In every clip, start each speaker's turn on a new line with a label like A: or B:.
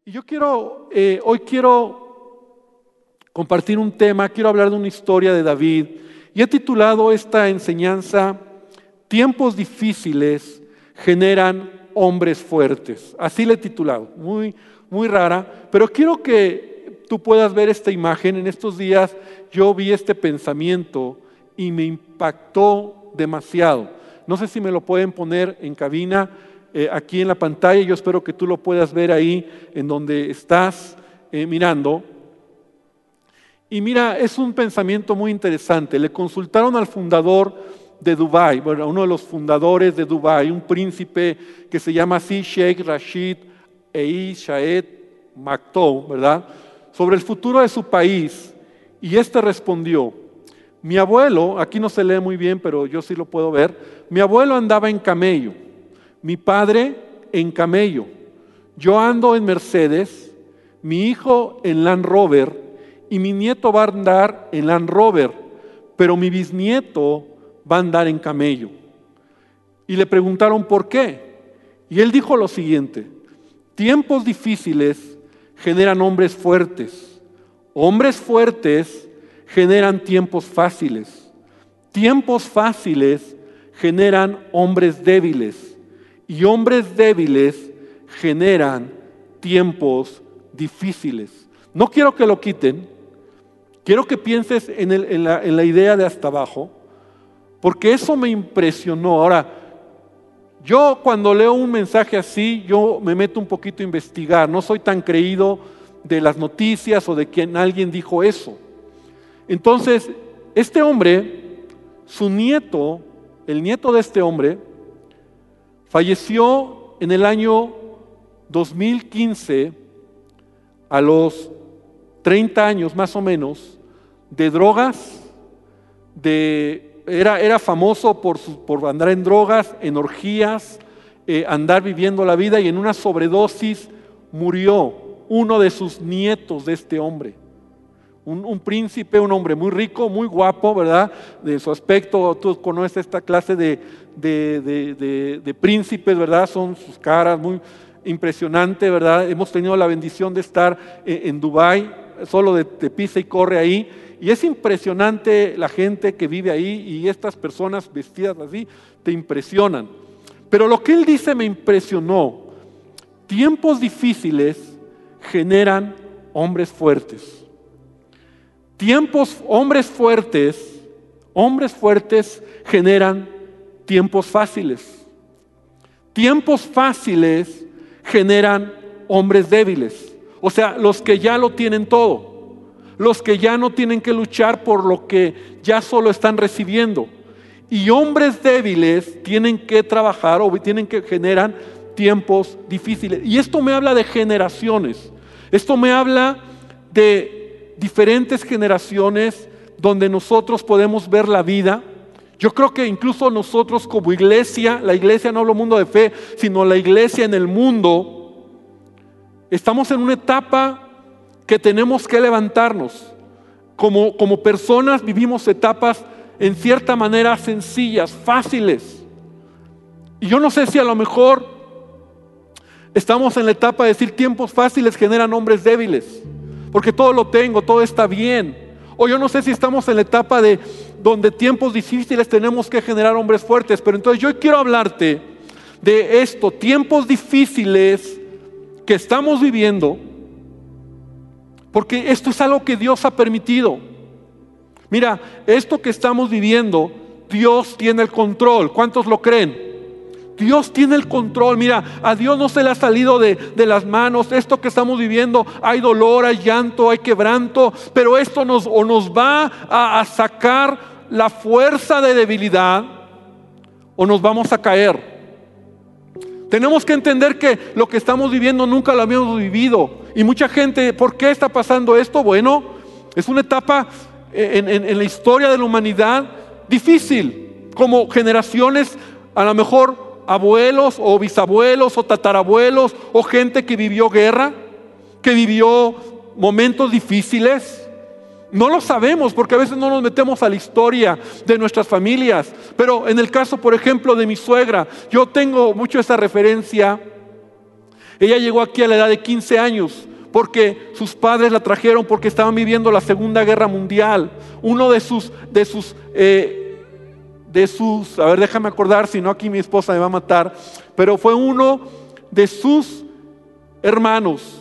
A: Y hoy quiero compartir un tema, quiero hablar de una historia de David y he titulado esta enseñanza Tiempos difíciles generan hombres fuertes. Así le he titulado, muy rara, pero quiero que tú puedas ver esta imagen. En estos días yo vi este pensamiento y me impactó demasiado. No sé si me lo pueden poner en cabina, aquí en la pantalla. Yo espero que tú lo puedas ver ahí en donde estás mirando. Y mira, es un pensamiento muy interesante. Le consultaron al fundador de Dubái, bueno, uno de los fundadores de Dubái, un príncipe que se llama así, Sheikh Rashid Shahed Maktoum, ¿verdad?, sobre el futuro de su país. Y este respondió: mi abuelo, aquí no se lee muy bien, pero yo sí lo puedo ver, mi abuelo andaba en camello, mi padre en camello, yo ando en Mercedes, mi hijo en Land Rover y mi nieto va a andar en Land Rover, pero mi bisnieto va a andar en camello. Y le preguntaron por qué. Y él dijo lo siguiente: tiempos difíciles generan hombres fuertes. Hombres fuertes generan tiempos fáciles. Tiempos fáciles generan hombres débiles. Y hombres débiles generan tiempos difíciles. No quiero que lo quiten. Quiero que pienses en la idea de hasta abajo, porque eso me impresionó. Ahora, yo cuando leo un mensaje así, yo me meto un poquito a investigar. No soy tan creído de las noticias o de que alguien dijo eso. Entonces, este hombre, su nieto, el nieto de este hombre, falleció en el año 2015 a los 30 años más o menos, de drogas, era famoso por andar en drogas, en orgías, andar viviendo la vida, y en una sobredosis murió uno de sus nietos de este hombre. Un príncipe, un hombre muy rico, muy guapo, ¿verdad? De su aspecto, tú conoces esta clase de príncipes, ¿verdad? Son sus caras muy impresionantes, ¿verdad? Hemos tenido la bendición de estar en Dubái, solo de pisa y corre ahí, y es impresionante la gente que vive ahí, y estas personas vestidas así te impresionan. Pero lo que él dice me impresionó: tiempos difíciles generan hombres fuertes. Hombres fuertes generan tiempos fáciles. Tiempos fáciles generan hombres débiles. O sea, los que ya lo tienen todo. Los que ya no tienen que luchar por lo que ya solo están recibiendo. Y hombres débiles tienen que trabajar o generan tiempos difíciles. Y esto me habla de generaciones. Esto me habla de diferentes generaciones donde nosotros podemos ver la vida. Yo creo que incluso nosotros como iglesia, la iglesia, no hablo mundo de fe, sino la iglesia en el mundo, estamos en una etapa que tenemos que levantarnos. Como personas vivimos etapas en cierta manera sencillas, fáciles. Y yo no sé si a lo mejor estamos en la etapa de decir tiempos fáciles generan hombres débiles, porque todo lo tengo, todo está bien. O yo no sé si estamos en la etapa de donde tiempos difíciles tenemos que generar hombres fuertes. Pero entonces yo quiero hablarte de esto, tiempos difíciles que estamos viviendo, porque esto es algo que Dios ha permitido. Mira, esto que estamos viviendo, Dios tiene el control. ¿Cuántos lo creen? Dios tiene el control. Mira, a Dios no se le ha salido de las manos. Esto que estamos viviendo, hay dolor, hay llanto, hay quebranto, pero esto nos va a sacar la fuerza de debilidad, o nos vamos a caer. Tenemos que entender que lo que estamos viviendo nunca lo habíamos vivido. Y mucha gente, ¿por qué está pasando esto? Bueno, es una etapa en la historia de la humanidad difícil. Como generaciones, a lo mejor abuelos o bisabuelos o tatarabuelos o gente que vivió guerra, que vivió momentos difíciles. No lo sabemos porque a veces no nos metemos a la historia de nuestras familias. Pero en el caso, por ejemplo, de mi suegra, yo tengo mucho esa referencia Ella llegó aquí a la edad de 15 años porque sus padres la trajeron porque estaban viviendo la Segunda Guerra Mundial. Uno de sus, a ver, déjame acordar, si no aquí mi esposa me va a matar, pero fue uno de sus hermanos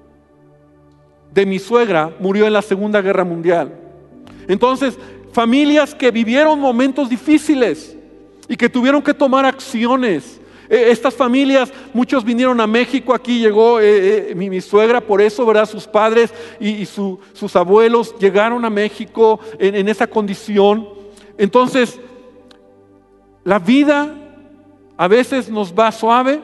A: de mi suegra, murió en la Segunda Guerra Mundial. Entonces, familias que vivieron momentos difíciles y que tuvieron que tomar acciones. Estas familias, muchos vinieron a México, aquí llegó mi suegra, por eso, ¿verdad? Sus padres y sus abuelos llegaron a México en esa condición. Entonces, la vida a veces nos va suave,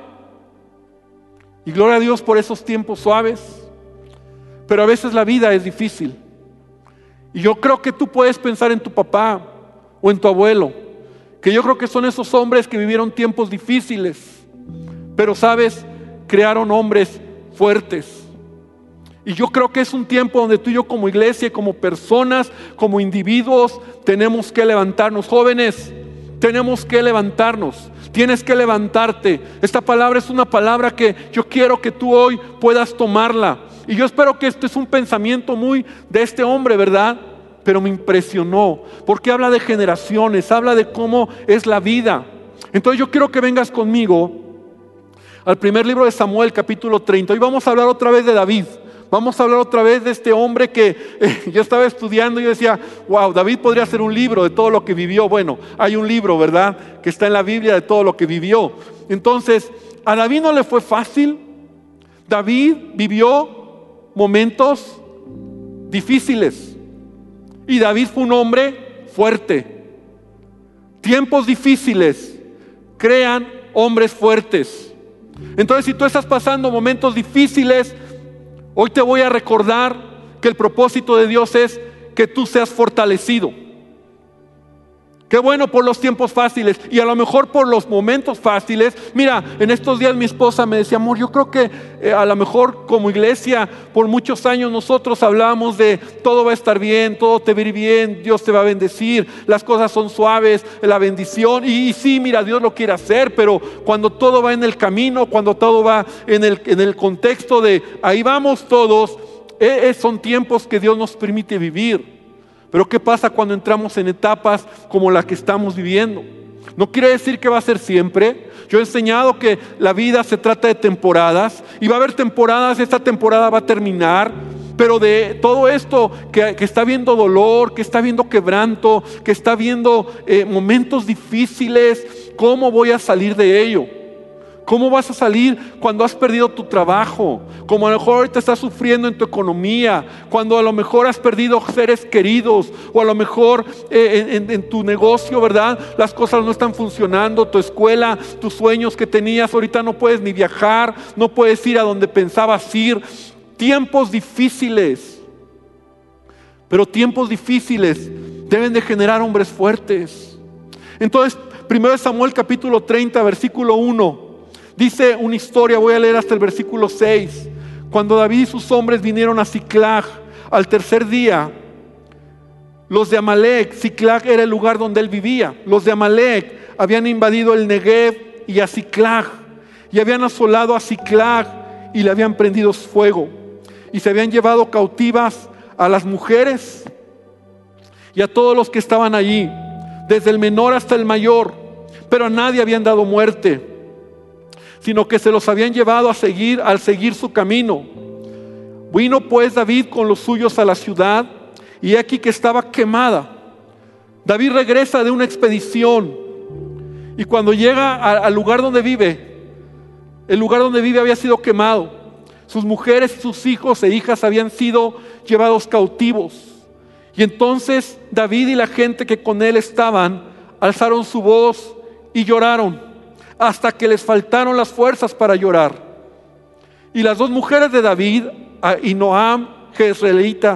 A: y gloria a Dios por esos tiempos suaves, pero a veces la vida es difícil. Y yo creo que tú puedes pensar en tu papá o en tu abuelo, que yo creo que son esos hombres que vivieron tiempos difíciles, pero sabes, crearon hombres fuertes. Y yo creo que es un tiempo donde tú y yo como iglesia, como personas, como individuos, tenemos que levantarnos. Jóvenes, tenemos que levantarnos. Tienes que levantarte. Esta palabra es una palabra que yo quiero que tú hoy puedas tomarla. Y yo espero que este es un pensamiento muy de este hombre, ¿verdad? Pero me impresionó, porque habla de generaciones, habla de cómo es la vida. Entonces yo quiero que vengas conmigo al primer libro de Samuel, capítulo 30. Hoy vamos a hablar otra vez de David. Vamos a hablar otra vez de este hombre que yo estaba estudiando y yo decía, wow, David podría hacer un libro de todo lo que vivió. Bueno, hay un libro, ¿verdad?, que está en la Biblia de todo lo que vivió. Entonces, a David no le fue fácil. David vivió momentos difíciles. Y David fue un hombre fuerte. Tiempos difíciles crean hombres fuertes. Entonces, si tú estás pasando momentos difíciles, hoy te voy a recordar que el propósito de Dios es que tú seas fortalecido. Qué bueno por los tiempos fáciles y a lo mejor por los momentos fáciles. Mira, en estos días mi esposa me decía, amor, yo creo que a lo mejor como iglesia por muchos años nosotros hablábamos de todo va a estar bien, todo te va a ir bien, Dios te va a bendecir, las cosas son suaves, la bendición. Y sí, mira, Dios lo quiere hacer, pero cuando todo va en el camino, cuando todo va en el contexto de ahí vamos todos, son tiempos que Dios nos permite vivir. Pero ¿qué pasa cuando entramos en etapas como la que estamos viviendo? No quiere decir que va a ser siempre. Yo he enseñado que la vida se trata de temporadas y va a haber temporadas, esta temporada va a terminar, pero de todo esto que está viendo dolor, que está viendo quebranto, que está viendo momentos difíciles, ¿cómo voy a salir de ello? ¿Cómo vas a salir cuando has perdido tu trabajo? Como a lo mejor ahorita estás sufriendo en tu economía, cuando a lo mejor has perdido seres queridos, o a lo mejor en tu negocio, ¿verdad? Las cosas no están funcionando, tu escuela, tus sueños que tenías, ahorita no puedes ni viajar, no puedes ir a donde pensabas ir. Tiempos difíciles, pero tiempos difíciles deben de generar hombres fuertes. Entonces, 1 Samuel capítulo 30, versículo 1. Dice una historia, voy a leer hasta el versículo 6. Cuando David y sus hombres vinieron a Siclag al tercer día, los de Amalec, Siclag era el lugar donde él vivía. Los de Amalec habían invadido el Negev y a Siclag, y habían asolado a Siclag y le habían prendido fuego, y se habían llevado cautivas a las mujeres y a todos los que estaban allí, desde el menor hasta el mayor, pero a nadie habían dado muerte, sino que se los habían llevado al seguir su camino. Vino pues David con los suyos a la ciudad, y aquí que estaba quemada. David regresa de una expedición, y cuando llega al lugar donde vive, el lugar donde vive había sido quemado. Sus mujeres, sus hijos e hijas habían sido llevados cautivos. Y entonces David y la gente que con él estaban alzaron su voz y lloraron, hasta que les faltaron las fuerzas para llorar. Y las dos mujeres de David, Ahinoam, Jezreelita,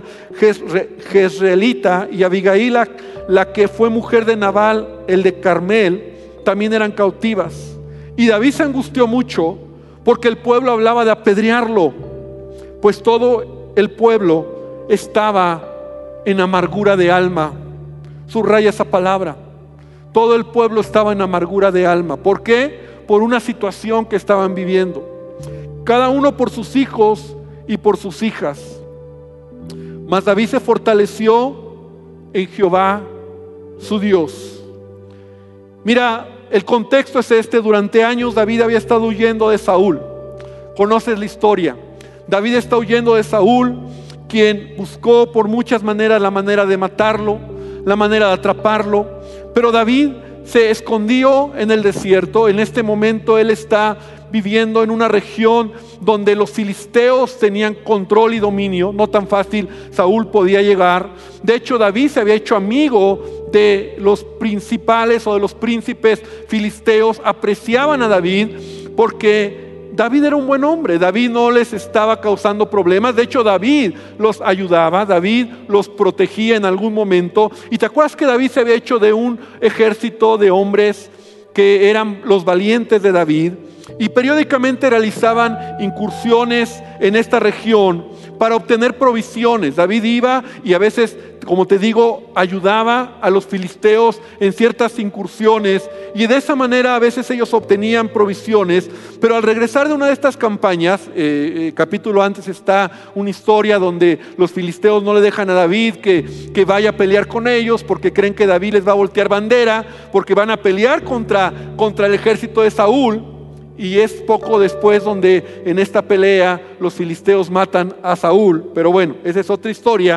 A: y Abigail, la que fue mujer de Nabal, el de Carmel, también eran cautivas. Y David se angustió mucho porque el pueblo hablaba de apedrearlo, pues todo el pueblo estaba en amargura de alma. Subraya esa palabra. Todo el pueblo estaba en amargura de alma. ¿Por qué? Por una situación que estaban viviendo. cada uno por sus hijos y por sus hijas. Mas David se fortaleció en Jehová, su Dios. Mira, el contexto es este. Durante años David había estado huyendo de Saúl. Conoces la historia. David está huyendo de Saúl, quien buscó por muchas maneras la manera de matarlo, la manera de atraparlo. Pero David se escondió en el desierto. En este momento él está viviendo en una región donde los filisteos tenían control y dominio. No tan fácil Saúl podía llegar. De hecho, David se había hecho amigo de los principales o de los príncipes filisteos. Apreciaban a David porque David era un buen hombre. David no les estaba causando problemas. De hecho, David los ayudaba, David los protegía en algún momento. Y te acuerdas que David se había hecho de un ejército de hombres que eran los valientes de David, y periódicamente realizaban incursiones en esta región para obtener provisiones. David iba y a veces, como te digo, ayudaba a los filisteos en ciertas incursiones, y de esa manera a veces ellos obtenían provisiones. Pero al regresar de una de estas campañas, capítulo antes está una historia donde los filisteos no le dejan a David que vaya a pelear con ellos, porque creen que David les va a voltear bandera, porque van a pelear contra el ejército de Saúl. Y es poco después donde en esta pelea los filisteos matan a Saúl. Pero bueno, esa es otra historia.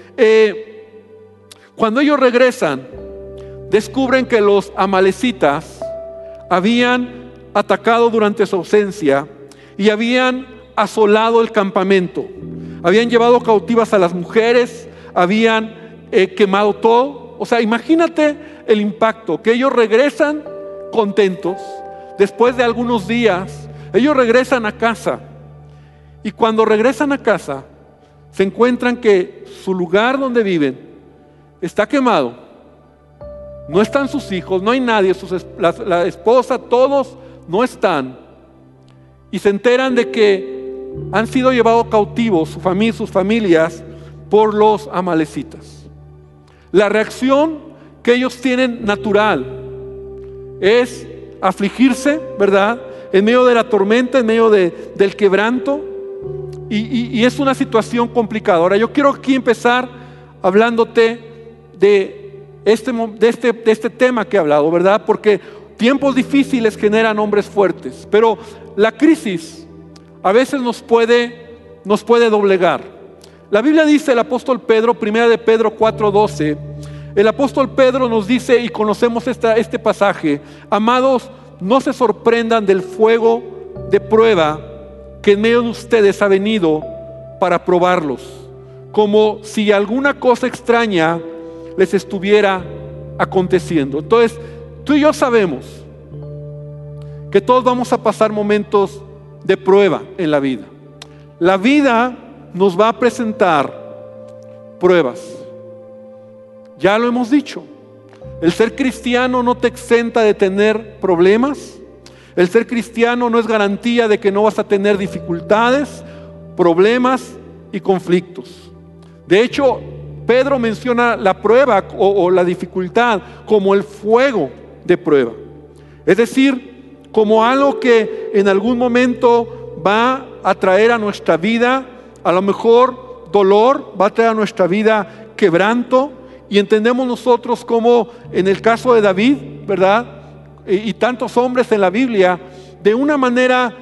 A: Cuando ellos regresan, descubren que los amalecitas habían atacado durante su ausencia y habían asolado el campamento. Habían llevado cautivas a las mujeres, habían quemado todo. O sea, imagínate el impacto, que ellos regresan contentos. Después de algunos días, ellos regresan a casa, y cuando regresan a casa, se encuentran que su lugar donde viven está quemado. No están sus hijos, no hay nadie, la esposa, todos no están. Y se enteran de que han sido llevados cautivos, sus familias, por los amalecitas. La reacción que ellos tienen natural es afligirse, ¿verdad? En medio de la tormenta, en medio del quebranto, y es una situación complicada. Ahora yo quiero aquí empezar hablándote de este tema que he hablado, ¿verdad? Porque tiempos difíciles generan hombres fuertes, pero la crisis a veces nos puede doblegar. La Biblia dice, el apóstol Pedro, 1 de Pedro 4:12, el apóstol Pedro nos dice, y conocemos este pasaje: amados, no se sorprendan del fuego de prueba que en medio de ustedes ha venido para probarlos, como si alguna cosa extraña les estuviera aconteciendo. Entonces, tú y yo sabemos que todos vamos a pasar momentos de prueba en la vida. La vida nos va a presentar pruebas. Ya lo hemos dicho. El ser cristiano no te exenta de tener problemas. El ser cristiano no es garantía de que no vas a tener dificultades, problemas y conflictos. De hecho, Pedro menciona la prueba o la dificultad como el fuego de prueba. Es decir, como algo que en algún momento va a traer a nuestra vida, a lo mejor dolor, va a traer a nuestra vida quebranto. Y entendemos nosotros como en el caso de David, ¿verdad? Y tantos hombres en la Biblia, de una manera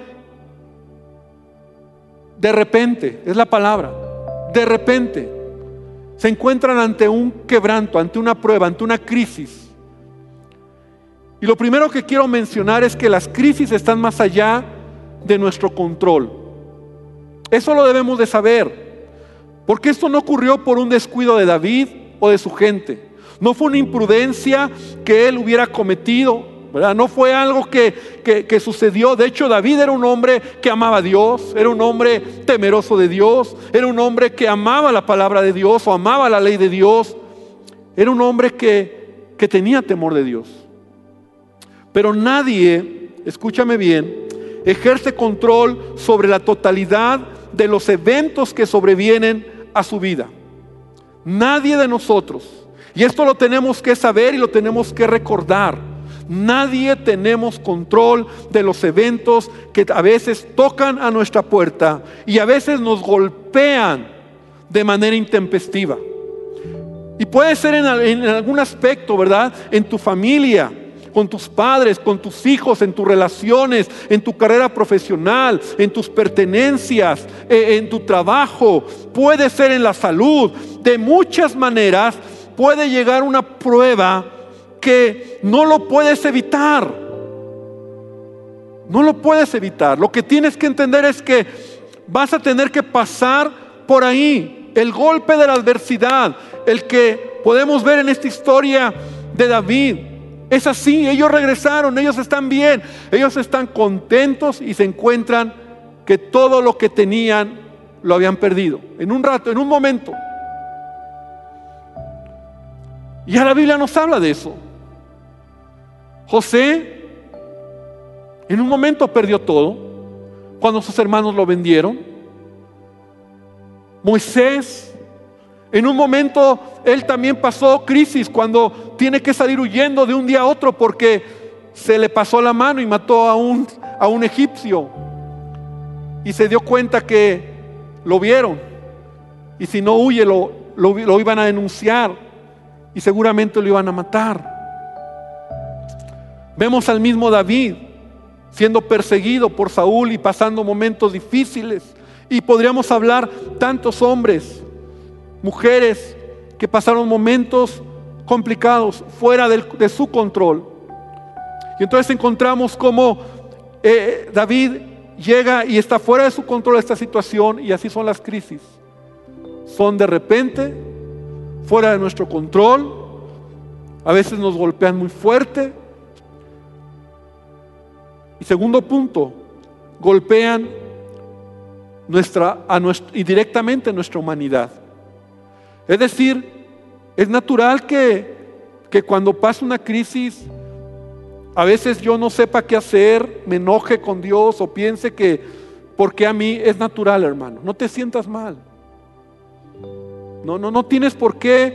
A: de repente, es la palabra, de repente, se encuentran ante un quebranto, ante una prueba, ante una crisis. Y lo primero que quiero mencionar es que las crisis están más allá de nuestro control. Eso lo debemos de saber, porque esto no ocurrió por un descuido de David o de su gente. No fue una imprudencia que él hubiera cometido, ¿verdad? No fue algo que sucedió. De hecho, David era un hombre que amaba a Dios, era un hombre temeroso de Dios, era un hombre que amaba la palabra de Dios o amaba la ley de Dios. Era un hombre que tenía temor de Dios. Pero nadie, escúchame bien, ejerce control sobre la totalidad de los eventos que sobrevienen a su vida. Nadie de nosotros, y esto lo tenemos que saber y lo tenemos que recordar, Nadie tenemos control de los eventos que a veces tocan a nuestra puerta y a veces nos golpean de manera intempestiva. Y puede ser en algún aspecto, ¿verdad? En tu familia, con tus padres, con tus hijos, en tus relaciones, en tu carrera profesional, en tus pertenencias, en tu trabajo. Puede ser en la salud. De muchas maneras puede llegar una prueba que no lo puedes evitar. No lo puedes evitar. Lo que tienes que entender es que vas a tener que pasar por ahí. El golpe de la adversidad, el que podemos ver en esta historia de David, es así. Ellos regresaron, ellos están bien, ellos están contentos y se encuentran que todo lo que tenían lo habían perdido en un rato, en un momento. Y a la Biblia nos habla de eso. José en un momento perdió todo cuando sus hermanos lo vendieron. Moisés en un momento, él también pasó crisis cuando tiene que salir huyendo de un día a otro porque se le pasó la mano y mató a un egipcio y se dio cuenta que lo vieron y si no huye lo iban a denunciar y seguramente lo iban a matar. Vemos al mismo David siendo perseguido por Saúl y pasando momentos difíciles, y podríamos hablar tantos hombres, mujeres que pasaron momentos complicados fuera de su control. Y entonces encontramos cómo David llega y está fuera de su control esta situación, y así son las crisis. Son de repente, fuera de nuestro control, a veces nos golpean muy fuerte. Y segundo punto, golpean y directamente nuestra humanidad. Es decir, es natural que cuando pasa una crisis, a veces yo no sepa qué hacer, me enoje con Dios o piense que, porque a mí es natural, hermano. No te sientas mal. No tienes por qué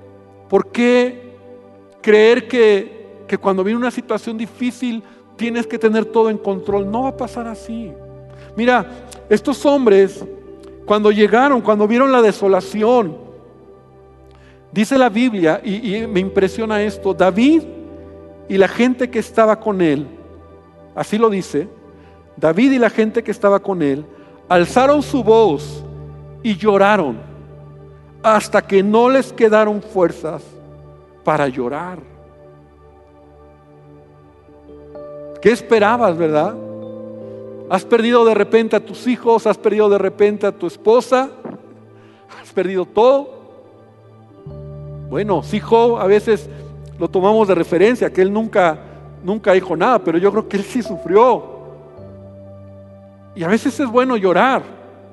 A: creer que cuando viene una situación difícil tienes que tener todo en control. No va a pasar así. Mira, estos hombres, cuando llegaron, cuando vieron la desolación, dice la Biblia, y me impresiona esto, David y la gente que estaba con él, así lo dice, David y la gente que estaba con él, alzaron su voz y lloraron hasta que no les quedaron fuerzas para llorar. ¿Qué esperabas, verdad? Has perdido de repente a tus hijos, has perdido de repente a tu esposa, has perdido todo. Bueno, sí, Job a veces lo tomamos de referencia, que él nunca dijo nada, pero yo creo que él sí sufrió. Y a veces es bueno llorar.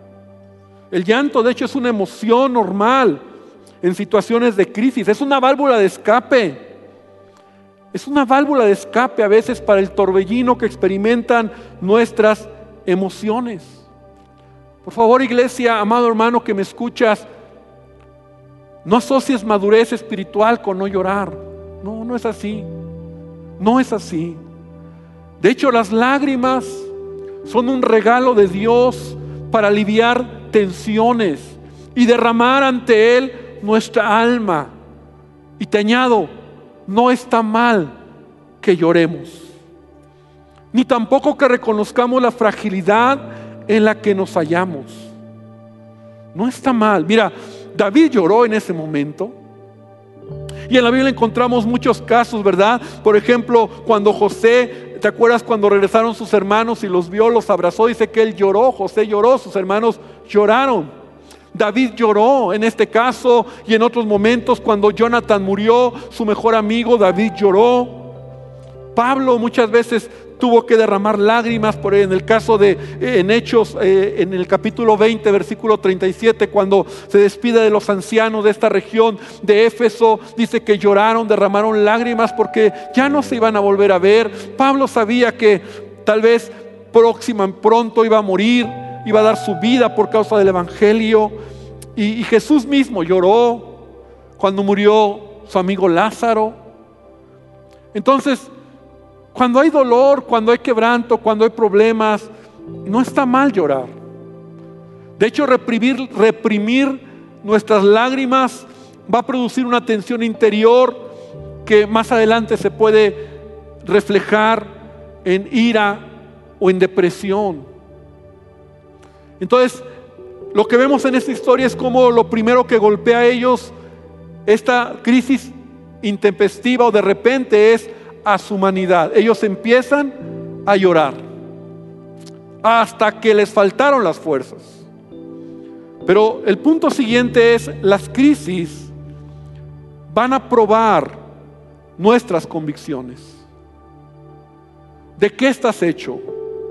A: El llanto, de hecho, es una emoción normal en situaciones de crisis, es una válvula de escape. Es una válvula de escape a veces para el torbellino que experimentan nuestras emociones. Por favor, iglesia, amado hermano que me escuchas, no asocies madurez espiritual con no llorar. No es así. No es así. De hecho, las lágrimas son un regalo de Dios para aliviar tensiones y derramar ante Él nuestra alma. Y te añado, no está mal que lloremos, ni tampoco que reconozcamos la fragilidad en la que nos hallamos. No está mal. Mira, David lloró en ese momento. Y en la Biblia encontramos muchos casos, ¿verdad? Por ejemplo, cuando José, ¿te acuerdas cuando regresaron sus hermanos y los vio, los abrazó? Dice que él lloró, José lloró, sus hermanos lloraron. David lloró en este caso, y en otros momentos cuando Jonathan murió, su mejor amigo, David lloró. Pablo muchas veces tuvo que derramar lágrimas, por en el caso de en Hechos, en el capítulo 20, versículo 37, cuando se despide de los ancianos de esta región de Éfeso, dice que lloraron, derramaron lágrimas porque ya no se iban a volver a ver. Pablo sabía que tal vez pronto iba a morir, iba a dar su vida por causa del evangelio, y Jesús mismo lloró cuando murió su amigo Lázaro. Entonces Cuando hay dolor, cuando hay quebranto, cuando hay problemas, no está mal llorar. De hecho, reprimir nuestras lágrimas va a producir una tensión interior que más adelante se puede reflejar en ira o en depresión. Entonces, lo que vemos en esta historia es como lo primero que golpea a ellos esta crisis intempestiva o de repente es a su humanidad. Ellos empiezan a llorar hasta que les faltaron las fuerzas. Pero el punto siguiente es: las crisis van a probar nuestras convicciones. ¿De qué estás hecho?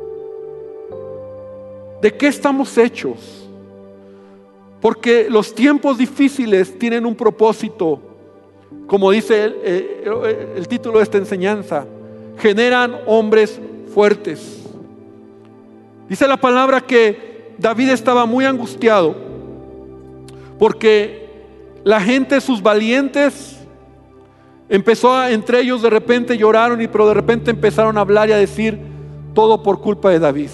A: ¿De qué estamos hechos? Porque los tiempos difíciles tienen un propósito. Como dice el título de esta enseñanza: generan hombres fuertes. Dice la palabra que David estaba muy angustiado porque la gente, sus valientes, entre ellos de repente lloraron, pero de repente empezaron a hablar y a decir: todo por culpa de David.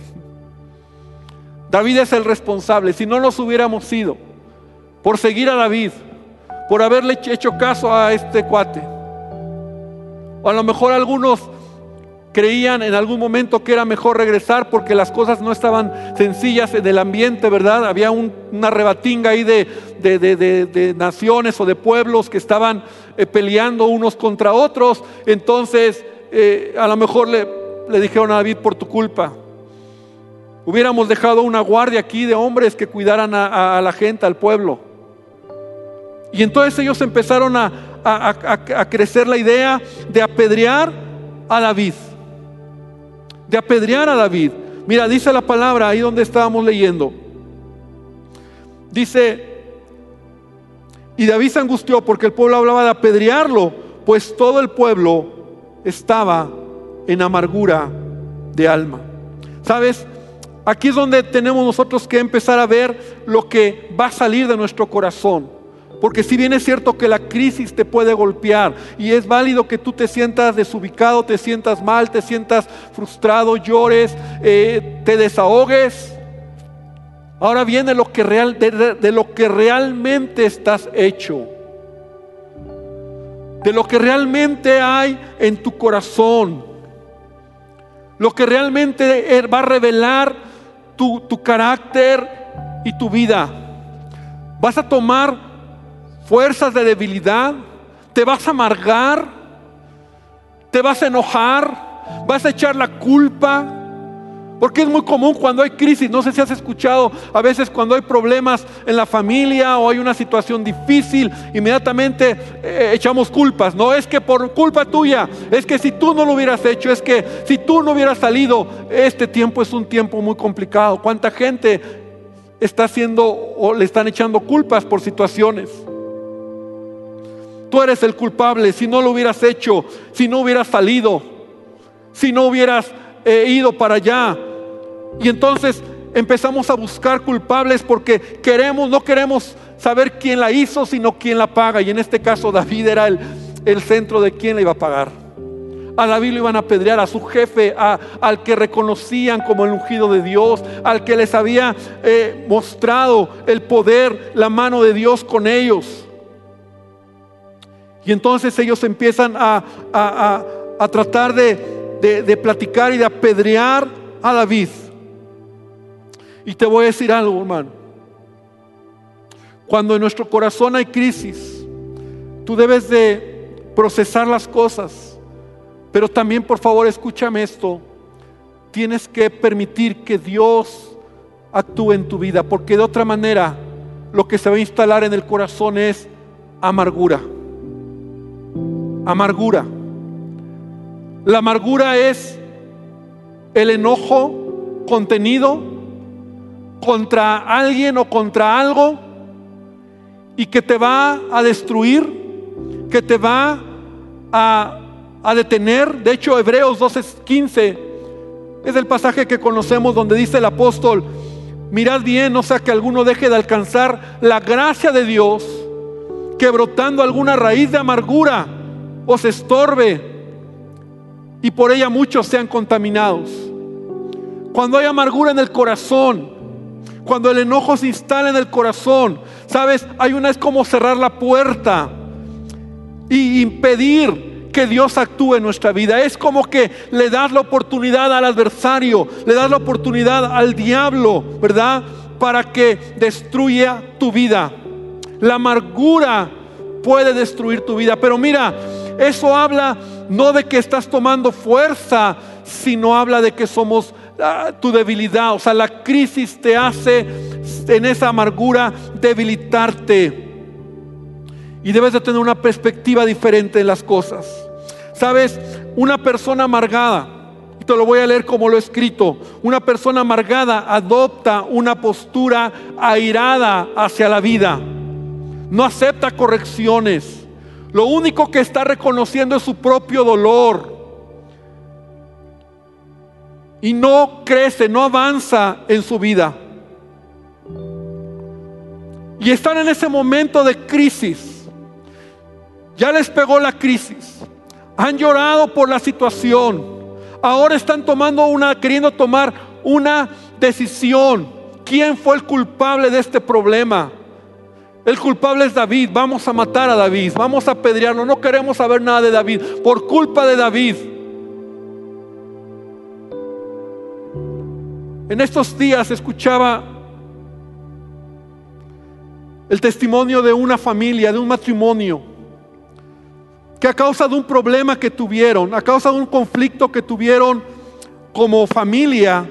A: David es el responsable. Si no nos hubiéramos sido por seguir a David, por haberle hecho caso a este cuate, o a lo mejor algunos creían en algún momento que era mejor regresar porque las cosas no estaban sencillas en el ambiente, ¿verdad? Había una rebatinga ahí de naciones o de pueblos que estaban peleando unos contra otros. Entonces a lo mejor le dijeron a David: por tu culpa hubiéramos dejado una guardia aquí de hombres que cuidaran a la gente, al pueblo. Y entonces ellos empezaron a crecer la idea de apedrear a David. De apedrear a David. Mira, dice la palabra ahí donde estábamos leyendo. Dice: y David se angustió porque el pueblo hablaba de apedrearlo, pues todo el pueblo estaba en amargura de alma. ¿Sabes? Aquí es donde tenemos nosotros que empezar a ver lo que va a salir de nuestro corazón. Porque si bien es cierto que la crisis te puede golpear y es válido que tú te sientas desubicado, te sientas mal, te sientas frustrado, llores, te desahogues, ahora viene de lo que realmente estás hecho, de lo que realmente hay en tu corazón, lo que realmente va a revelar tu carácter y tu vida. Vas a tomar fuerzas de debilidad, te vas a amargar, te vas a enojar, vas a echar la culpa. Porque es muy común cuando hay crisis, no sé si has escuchado, a veces cuando hay problemas en la familia o hay una situación difícil, inmediatamente echamos culpas. No, es que por culpa tuya, es que si tú no lo hubieras hecho, es que si tú no hubieras salido, este tiempo es un tiempo muy complicado. ¿Cuánta gente está haciendo o le están echando culpas por situaciones? Tú eres el culpable. Si no lo hubieras hecho, si no hubieras salido, si no hubieras ido para allá. Y entonces empezamos a buscar culpables porque no queremos saber quién la hizo, sino quién la paga. Y en este caso David era el centro de quién la iba a pagar. A David lo iban a apedrear, a su jefe, al que reconocían como el ungido de Dios, al que les había mostrado el poder, la mano de Dios con ellos. Y entonces ellos empiezan a tratar de platicar y de apedrear a David. Y te voy a decir algo, hermano. Cuando en nuestro corazón hay crisis, tú debes de procesar las cosas, pero también, por favor, escúchame esto: tienes que permitir que Dios actúe en tu vida, porque de otra manera lo que se va a instalar en el corazón es amargura. Amargura. La amargura es el enojo contenido contra alguien o contra algo y que te va a destruir, que te va a detener. De hecho, Hebreos 12:15 es el pasaje que conocemos donde dice el apóstol: mirad bien, no sea que alguno deje de alcanzar la gracia de Dios, que brotando alguna raíz de amargura os estorbe y por ella muchos sean contaminados. Cuando hay amargura en el corazón, cuando el enojo se instala en el corazón, ¿sabes? Es como cerrar la puerta y impedir que Dios actúe en nuestra vida. Es como que le das la oportunidad al adversario, le das la oportunidad al diablo, ¿verdad? Para que destruya tu vida. La amargura puede destruir tu vida. Pero mira, eso habla no de que estás tomando fuerza, sino habla de que somos tu debilidad. O sea, la crisis te hace en esa amargura debilitarte. Y debes de tener una perspectiva diferente de las cosas. ¿Sabes? Una persona amargada, te lo voy a leer como lo he escrito. Una persona amargada adopta una postura airada hacia la vida. No acepta correcciones. Lo único que está reconociendo es su propio dolor. Y no crece, no avanza en su vida. Y están en ese momento de crisis. Ya les pegó la crisis. Han llorado por la situación. Ahora están queriendo tomar una decisión. ¿Quién fue el culpable de este problema? El culpable es David. Vamos a matar a David, vamos a apedrearlo. No queremos saber nada de David por culpa de David. En estos días escuchaba el testimonio de una familia, de un matrimonio, que a causa de un problema que tuvieron, a causa de un conflicto que tuvieron como familia,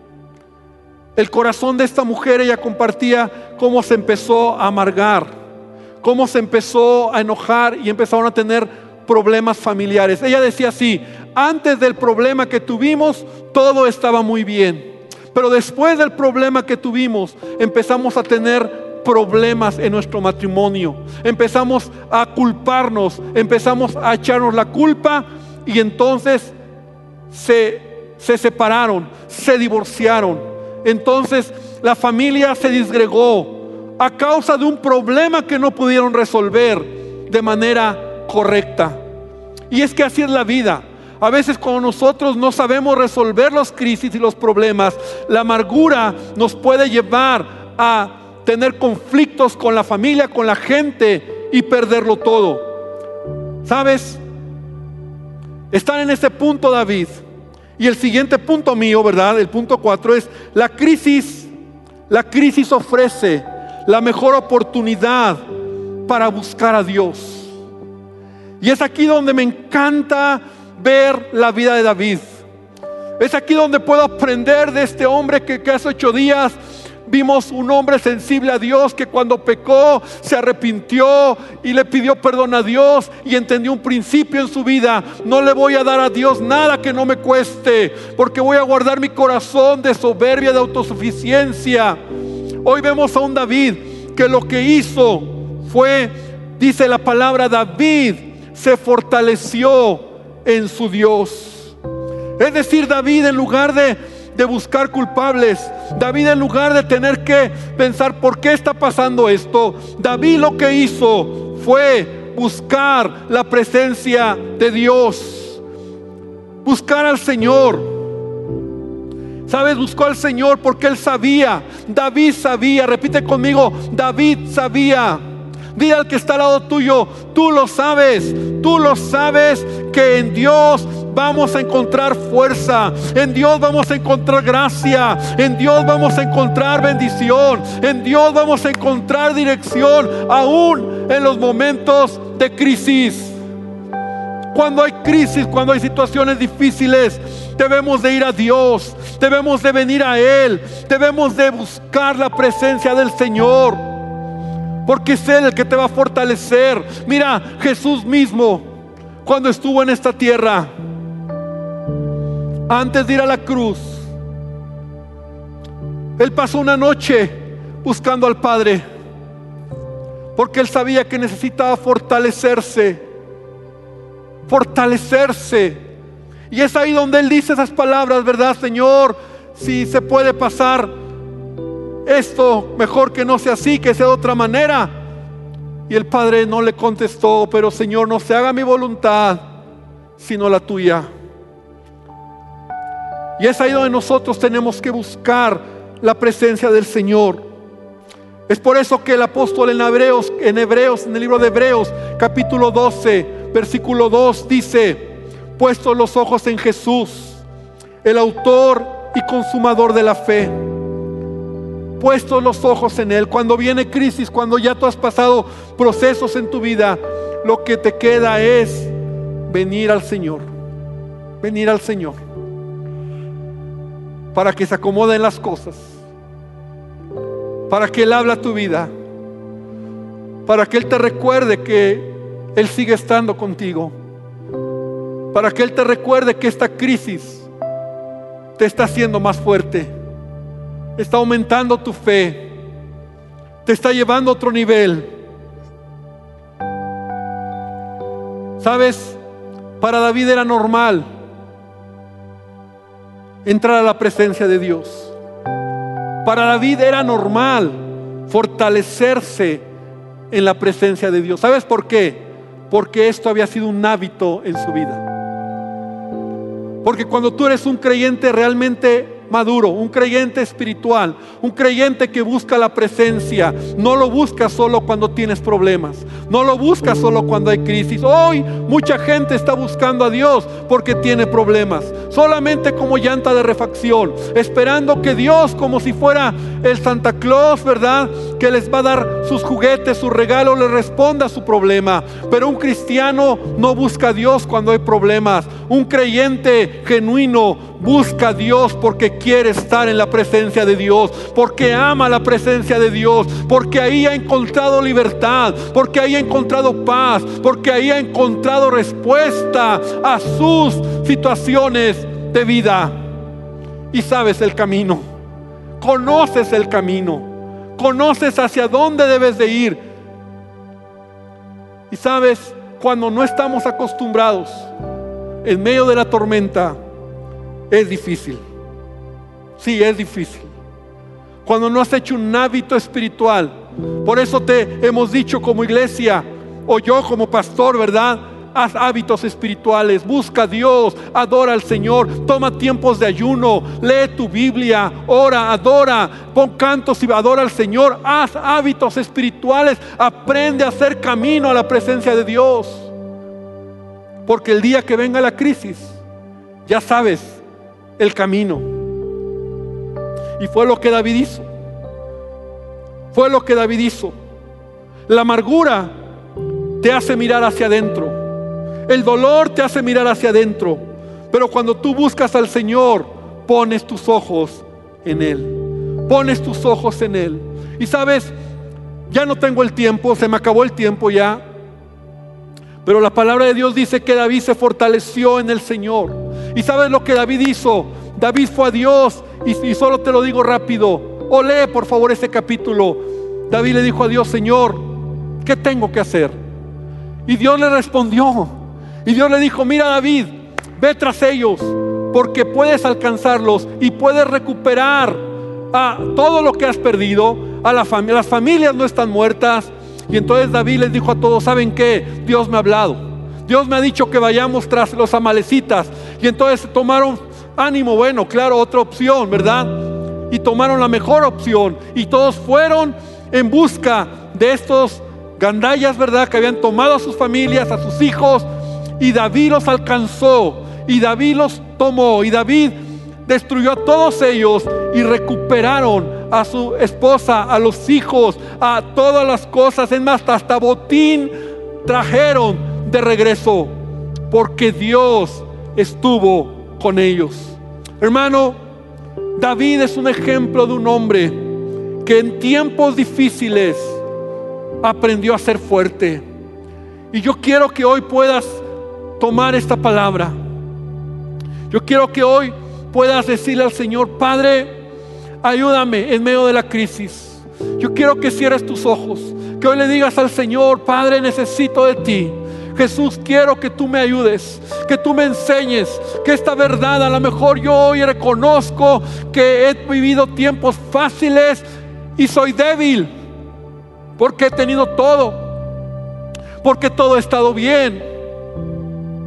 A: el corazón de esta mujer, ella compartía cómo se empezó a amargar, cómo se empezó a enojar y empezaron a tener problemas familiares. Ella decía así: antes del problema que tuvimos, todo estaba muy bien, pero después del problema que tuvimos, empezamos a tener problemas en nuestro matrimonio. Empezamos a culparnos, empezamos a echarnos la culpa, y entonces se separaron, se divorciaron. Entonces la familia se disgregó a causa de un problema que no pudieron resolver de manera correcta. Y es que así es la vida. A veces cuando nosotros no sabemos resolver las crisis y los problemas, la amargura nos puede llevar a tener conflictos con la familia, con la gente, y perderlo todo. ¿Sabes? Están en ese punto David. Y el siguiente punto mío, ¿verdad? El punto 4 es la crisis. La crisis ofrece la mejor oportunidad para buscar a Dios. Y es aquí donde me encanta ver la vida de David. Es aquí donde puedo aprender de este hombre que hace 8 días vimos un hombre sensible a Dios, que cuando pecó se arrepintió y le pidió perdón a Dios y entendió un principio en su vida: no le voy a dar a Dios nada que no me cueste, porque voy a guardar mi corazón de soberbia, de autosuficiencia. Hoy vemos a un David que lo que hizo fue, dice la palabra, David se fortaleció en su Dios. Es decir, David, en lugar de buscar culpables, David, en lugar de tener que pensar por qué está pasando esto, David lo que hizo fue buscar la presencia de Dios, buscar al Señor. ¿Sabes? Buscó al Señor porque él sabía, David sabía, repite conmigo, David sabía. Dile al que está al lado tuyo: tú lo sabes que en Dios vamos a encontrar fuerza, en Dios vamos a encontrar gracia, en Dios vamos a encontrar bendición, en Dios vamos a encontrar dirección, aún en los momentos de crisis. Cuando hay crisis, cuando hay situaciones difíciles, debemos de ir a Dios, debemos de venir a Él, debemos de buscar la presencia del Señor, porque es Él el que te va a fortalecer. Mira, Jesús mismo, cuando estuvo en esta tierra, antes de ir a la cruz, Él pasó una noche buscando al Padre, porque Él sabía que necesitaba fortalecerse. Y es ahí donde Él dice esas palabras, ¿verdad? Señor, si se puede pasar esto, mejor que no sea así, que sea de otra manera. Y el Padre no le contestó: pero Señor, no se haga mi voluntad sino la tuya. Y es ahí donde nosotros tenemos que buscar la presencia del Señor. Es por eso que el apóstol en el libro de Hebreos, capítulo 12, versículo 2 dice: puestos los ojos en Jesús, el autor y consumador de la fe. Puestos los ojos en Él. Cuando viene crisis, cuando ya tú has pasado procesos en tu vida, lo que te queda es venir al Señor. Venir al Señor, para que se acomoden las cosas, para que Él habla tu vida, para que Él te recuerde que Él sigue estando contigo, para que Él te recuerde que esta crisis te está haciendo más fuerte, está aumentando tu fe, te está llevando a otro nivel. ¿Sabes? Para David era normal entrar a la presencia de Dios. Para David era normal fortalecerse en la presencia de Dios. ¿Sabes por qué? Porque esto había sido un hábito en su vida. Porque cuando tú eres un creyente realmente maduro, un creyente espiritual, un creyente que busca la presencia, no lo buscas solo cuando tienes problemas, no lo buscas solo cuando hay crisis. Hoy mucha gente está buscando a Dios porque tiene problemas, solamente como llanta de refacción, esperando que Dios, como si fuera el Santa Claus, ¿verdad?, que les va a dar sus juguetes, sus regalos, les responda a su problema. Pero un cristiano no busca a Dios cuando hay problemas. Un creyente genuino busca a Dios porque quiere estar en la presencia de Dios, porque ama la presencia de Dios, porque ahí ha encontrado libertad, porque ahí ha encontrado paz, porque ahí ha encontrado respuesta a sus situaciones de vida. Y sabes el camino, conoces el camino, conoces hacia dónde debes de ir. Y sabes, cuando no estamos acostumbrados, en medio de la tormenta, es difícil. Sí, es difícil. Cuando no has hecho un hábito espiritual. Por eso te hemos dicho como iglesia, o yo como pastor, ¿verdad?, haz hábitos espirituales, busca a Dios, adora al Señor, toma tiempos de ayuno, lee tu Biblia, ora, adora, pon cantos y adora al Señor. Haz hábitos espirituales, aprende a hacer camino a la presencia de Dios, porque el día que venga la crisis, ya sabes el camino. Y fue lo que David hizo. Fue lo que David hizo. La amargura te hace mirar hacia adentro. El dolor te hace mirar hacia adentro. Pero cuando tú buscas al Señor, pones tus ojos en Él. Pones tus ojos en Él. Y sabes, ya no tengo el tiempo, se me acabó el tiempo ya. Pero la palabra de Dios dice que David se fortaleció en el Señor. ¿Y sabes lo que David hizo? David fue a Dios, y solo te lo digo rápido, o lee por favor ese capítulo. David le dijo a Dios: Señor, ¿qué tengo que hacer? Y Dios le respondió, y Dios le dijo: mira, David, ve tras ellos, porque puedes alcanzarlos y puedes recuperar a todo lo que has perdido. Las familias no están muertas. Y entonces David les dijo a todos: ¿saben qué? Dios me ha hablado, Dios me ha dicho que vayamos tras los amalecitas. Y entonces tomaron ánimo, bueno, claro, otra opción, ¿verdad? Y tomaron la mejor opción, y todos fueron en busca de estos gandallas, ¿verdad?, que habían tomado a sus familias, a sus hijos. Y David los alcanzó, y David los tomó, y David destruyó a todos ellos, y recuperaron a su esposa, a los hijos, a todas las cosas. Es más, hasta botín trajeron de regreso, porque Dios estuvo con ellos. Hermano, David es un ejemplo de un hombre que en tiempos difíciles aprendió a ser fuerte. Y yo quiero que hoy puedas tomar esta palabra. Yo quiero que hoy puedas decirle al Señor: Padre, ayúdame en medio de la crisis. Yo quiero que cierres tus ojos, que hoy le digas al Señor: Padre, necesito de ti. Jesús, quiero que tú me ayudes, que tú me enseñes, que esta verdad, a lo mejor yo hoy reconozco que he vivido tiempos fáciles y soy débil, porque he tenido todo, porque todo ha estado bien,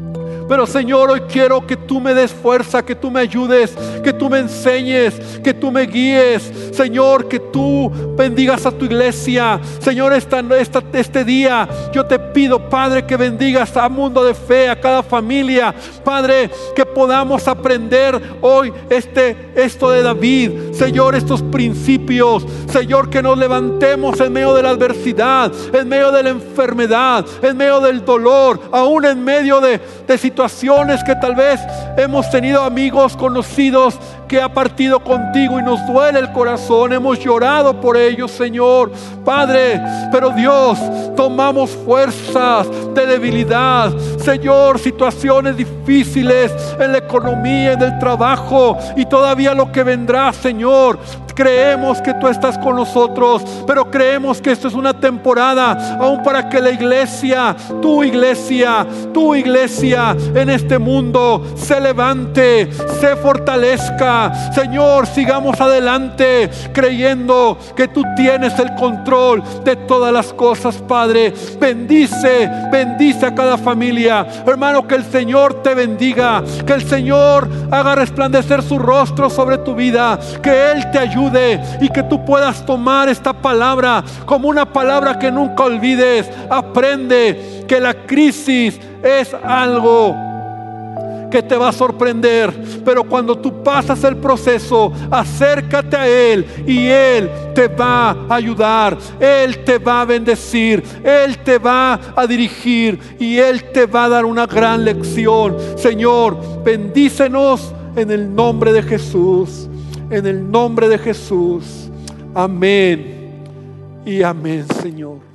A: Pero Señor, hoy quiero que tú me des fuerza, que tú me ayudes, que tú me enseñes, que tú me guíes. Señor, que tú bendigas a tu iglesia. Señor, este día yo te pido, Padre, que bendigas a Mundo de Fe, a cada familia. Padre, que podamos aprender hoy esto de David. Señor, estos principios. Señor, que nos levantemos en medio de la adversidad, en medio de la enfermedad, en medio del dolor, aún en medio de situaciones que tal vez hemos tenido amigos, conocidos que ha partido contigo y nos duele el corazón. Hemos llorado por ellos, Señor, Padre, pero Dios, tomamos fuerzas de debilidad, Señor, situaciones difíciles en la economía, en el trabajo y todavía lo que vendrá, Señor. Creemos que tú estás con nosotros, pero creemos que esto es una temporada aún para que la iglesia, tu iglesia en este mundo se levante, se fortalezca. Señor, sigamos adelante creyendo que tú tienes el control de todas las cosas, Padre. Bendice a cada familia, hermano, que el Señor te bendiga, que el Señor haga resplandecer su rostro sobre tu vida, que Él te ayude y que tú puedas tomar esta palabra como una palabra que nunca olvides. Aprende que la crisis es algo que te va a sorprender, pero cuando tú pasas el proceso, acércate a Él y Él te va a ayudar, Él te va a bendecir, Él te va a dirigir y Él te va a dar una gran lección. Señor, bendícenos en el nombre de Jesús, en el nombre de Jesús. Amén y amén, Señor.